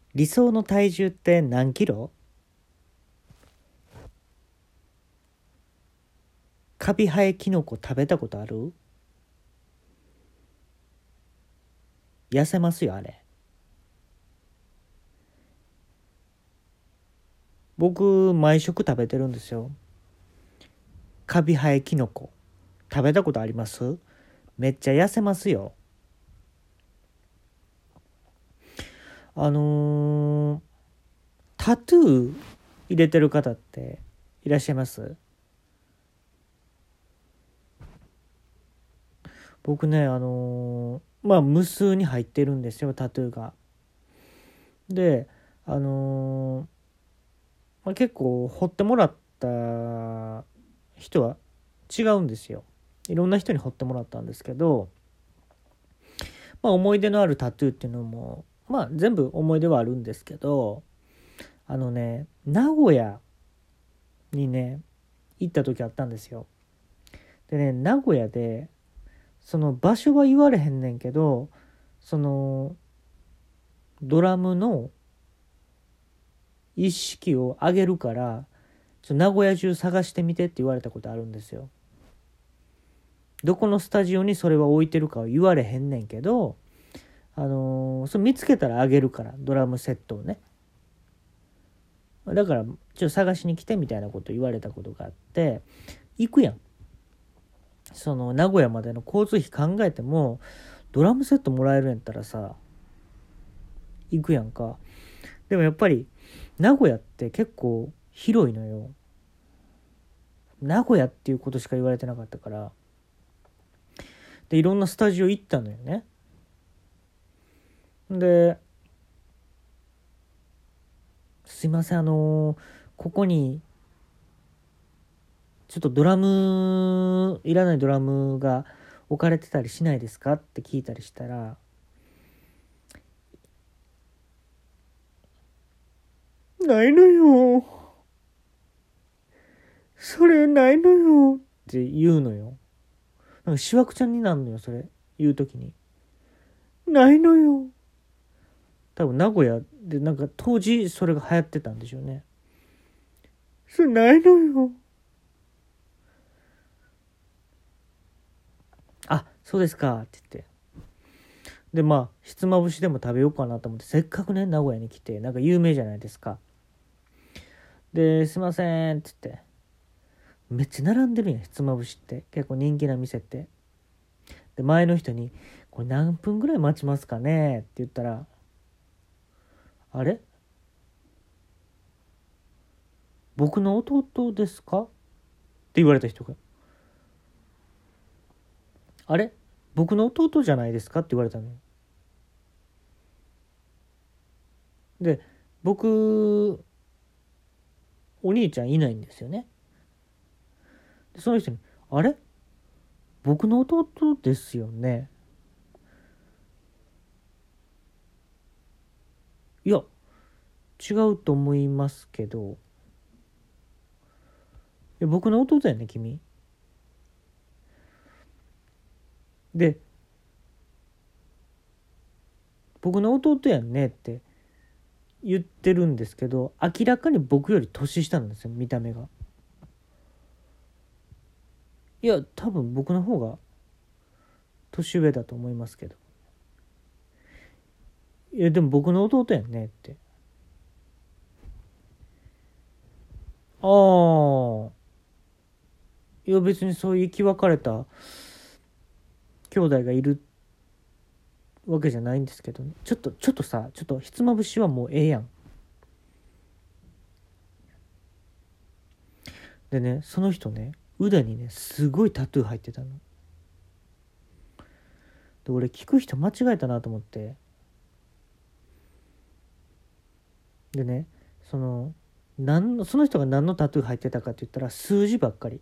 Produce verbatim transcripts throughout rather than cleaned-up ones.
理想の体重って何キロ？カビ生えキノコ食べたことある？痩せますよあれ。僕毎食食べてるんですよ。カビ生えキノコ食べたことあります？めっちゃ痩せますよ。あのー、タトゥー入れてる方っていらっしゃいます？僕ね、あのーまあ無数に入ってるんですよ、タトゥーが。で、あのーまあ、結構彫ってもらった人は違うんですよ。いろんな人に彫ってもらったんですけど、まあ、思い出のあるタトゥーっていうのもまあ全部思い出はあるんですけど、あのね名古屋にね行った時あったんですよ。でね、名古屋でその場所は言われへんねんけど、そのドラムの一式をあげるからちょ名古屋中探してみてって言われたことあるんですよ。どこのスタジオにそれは置いてるかは言われへんねんけど、あのーそれ見つけたらあげるから、ドラムセットをね。だからちょっと探しに来てみたいなこと言われたことがあって、行くやん。その名古屋までの交通費考えてもドラムセットもらえるんやったらさ行くやんか。でもやっぱり名古屋って結構広いのよ。名古屋っていうことしか言われてなかったから、でいろんなスタジオ行ったのよね。で、すいません、あのーここにちょっとドラムいらないドラムが置かれてたりしないですかって聞いたりしたら、ないのよ、それないのよって言うのよ。なんかしわくちゃんになるのよ、それ言うときに。ないのよ。多分名古屋でなんか当時それが流行ってたんでしょうね。それないのよ。あ、そうですかって言って。でまあひつまぶしでも食べようかなと思って、せっかくね名古屋に来てなんか有名じゃないですか。ですいませんって言って、めっちゃ並んでるんや、ひつまぶしって結構人気な店って。で前の人にこれ何分ぐらい待ちますかねって言ったら、あれ僕の弟ですかって言われた人が、あれ僕の弟じゃないですかって言われたのよ。で僕お兄ちゃんいないんですよね。でその人に、あれ僕の弟ですよね？いや違うと思いますけど。いや僕の弟やね君。で僕の弟やんねって言ってるんですけど、明らかに僕より年下なんですよ、見た目が。いや多分僕の方が年上だと思いますけど。いやでも僕の弟やんねって。ああ、いや別にそういう生き別れた兄弟がいるわけじゃないんですけど、ね、ちょっとちょっとさ、ちょっとひつまぶしはもうええやん。でね、その人ね腕にねすごいタトゥー入ってたの。で俺聞く人間違えたなと思って。でね、その何のその人が何のタトゥー入ってたかって言ったら数字ばっかり、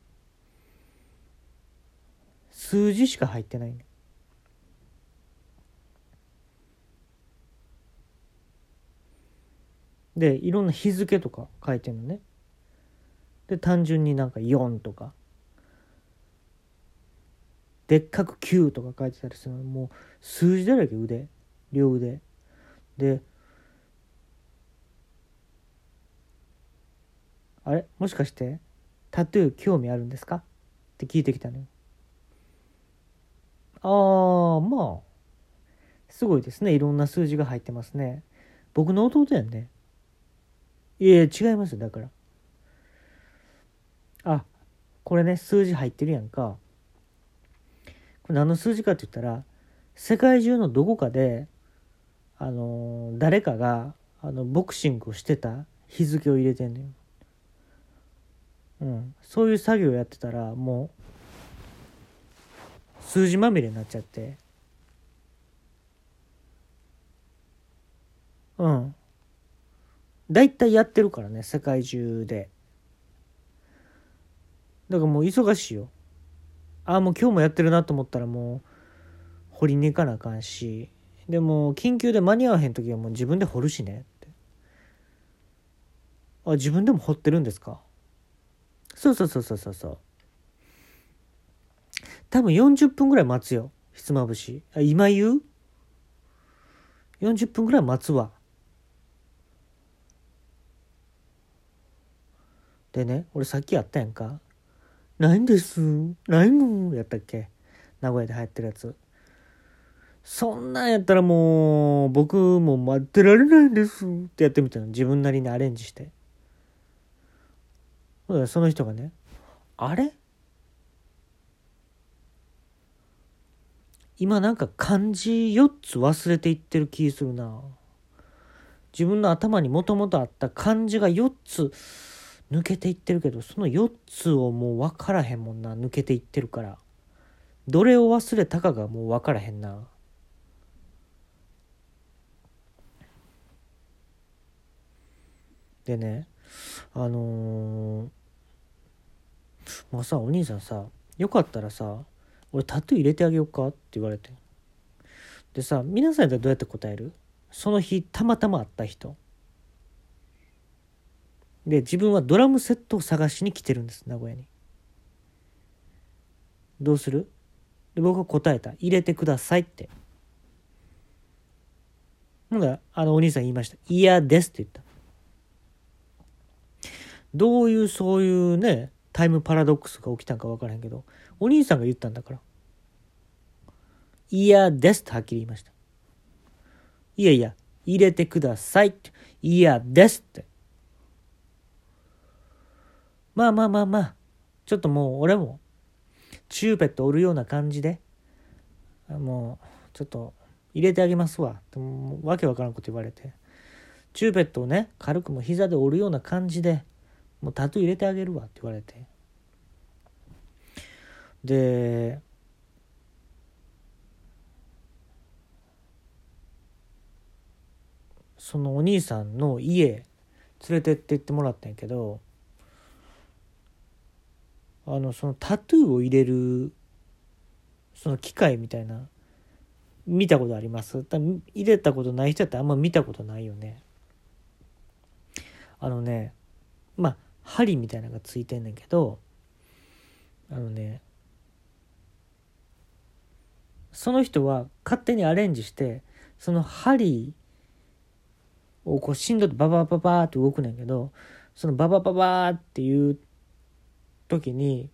数字しか入ってないね。でいろんな日付とか書いてるのね。で単純になんかよんとかでっかくきゅうとか書いてたりするの。もう数字だらけ、腕両腕で、 あれもしかしてタトゥー興味あるんですかって聞いてきたのよ。あー、まあすごいですね。いろんな数字が入ってますね。僕の弟やんね。いや違いますよ。だからあ、これね数字入ってるやんか。これ何の数字かって言ったら、世界中のどこかであのー誰かがあのボクシングをしてた日付を入れてんのよ。うん、そういう作業やってたらもう数字まみれになっちゃって、うん、だいたいやってるからね世界中で。だからもう忙しいよ。ああもう今日もやってるなと思ったらもう掘りに行かなあかんし、でも緊急で間に合わへん時はもう自分で掘るしねって。あ、自分でも掘ってるんですか？そうそうそうそうそうそう。多分よんじゅっぷんぐらい待つよ、ひつまぶし。あ、今言う ?よんじゅっ 分ぐらい待つわ。でね、俺さっきやったやんか。ないんです。ないのやったっけ？名古屋で流行ってるやつ。そんなんやったらもう、僕も待ってられないんですってやってみたの。自分なりにアレンジして。その人がね、あれ今なんか漢字よっつ忘れていってる気するな。自分の頭にもともとあった漢字がよっつ抜けていってるけど、そのよっつをもう分からへんもんな。抜けていってるから。どれを忘れたかがもう分からへんな。でね、あのー、まあさ、お兄さんさ、よかったらさ、俺タトゥー入れてあげようかって言われて。でさ、皆さんってどうやって答える？その日たまたま会った人で、自分はドラムセットを探しに来てるんです、名古屋に。どうする？で僕は答えた。入れてくださいって。ほんならあのお兄さん言いました。嫌ですって言った。どういうそういうねタイムパラドックスが起きたんか分からへんけど、お兄さんが言ったんだから、嫌ですってはっきり言いました。いやいや入れてくださいって、嫌ですって。まあまあまあまあ、ちょっともう俺もチューペットおるような感じで、もうちょっと入れてあげますわってもうわけわからんこと言われて、チューペットをね軽くも膝で折るような感じでもうタトゥー入れてあげるわって言われて、でそのお兄さんの家連れてって行ってもらったんやけど、あのそのタトゥーを入れるその機械みたいな見たことあります？多分入れたことない人ってあんま見たことないよね。あのね、まあ針みたいなのがついてんねんけど、あのねその人は勝手にアレンジしてその針をこう振動でババババーって動くねんけど、そのババババーっていう時に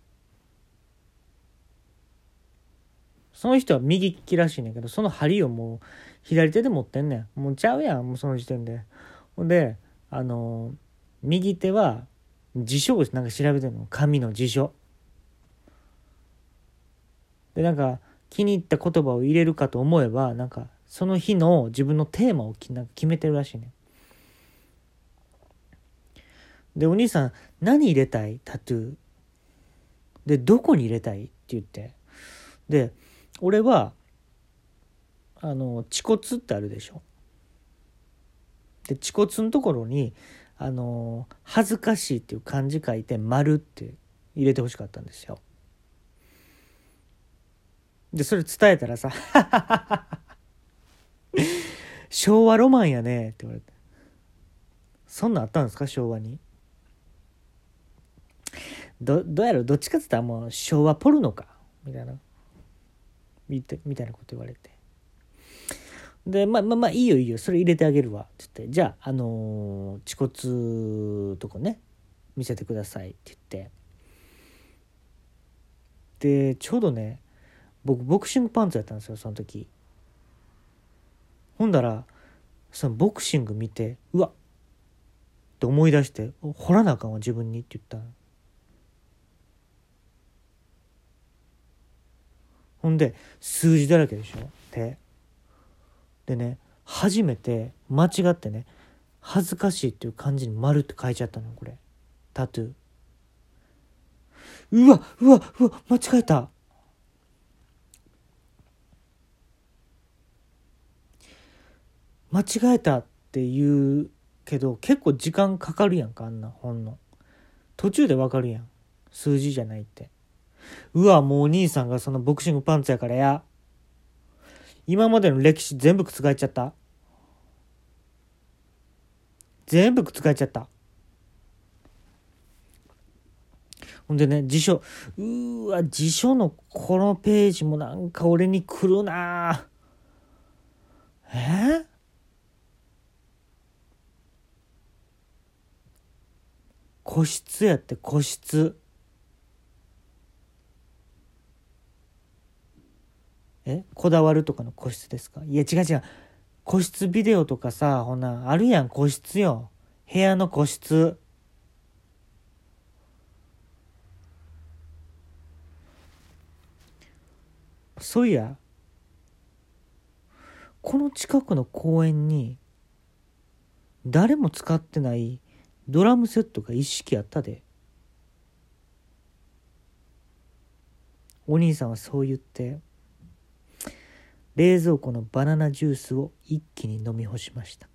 その人は右利きらしいねんけど、その針をもう左手で持ってんねん。もうちゃうやんもうその時点で。ほんであの右手は辞書をなんか調べてんの、紙の辞書で、なんか気に入った言葉を入れるかと思えば、なんかその日の自分のテーマをなんか決めてるらしいね。でお兄さん何入れたいタトゥーでどこに入れたいって言って、で俺はあの恥骨ってあるでしょ。で恥骨のところにあの恥ずかしいっていう漢字書いて丸って入れてほしかったんですよ。でそれ伝えたらさ昭和ロマンやねって言われて、そんなんあったんですか昭和に。どどうやろ、どっちかって言ったらもう昭和ポルノかみたいなみたみたいなこと言われて、でまあまあまあいいよいいよそれ入れてあげるわって言って、じゃああのー、恥骨とかね見せてくださいって言って、でちょうどね僕ボクシングパンツやったんですよその時。ほんだらそのボクシング見てうわっって思い出して、掘らなあかんわ自分にって言ったの。ほんで数字だらけでしょ手でね、初めて間違ってね恥ずかしいっていう漢字に丸って書いちゃったのこれタトゥー。うわうわうわ間違えた。間違えたって言うけど結構時間かかるやんか、あんな本の途中でわかるやん数字じゃないって。うわもうお兄さんがそのボクシングパンツやからや、今までの歴史全部覆っちゃった。全部覆っちゃった。ほんでね辞書、うーわ辞書のこのページもなんか俺に来るな。えー、個室やって個室。えこだわるとかの個室ですか？いや違う違う、個室ビデオとかさ、ほなあるやん個室よ、部屋の個室。そういやこの近くの公園に誰も使ってないドラムセットが一式あったで。お兄さんはそう言って冷蔵庫のバナナジュースを一気に飲み干しました。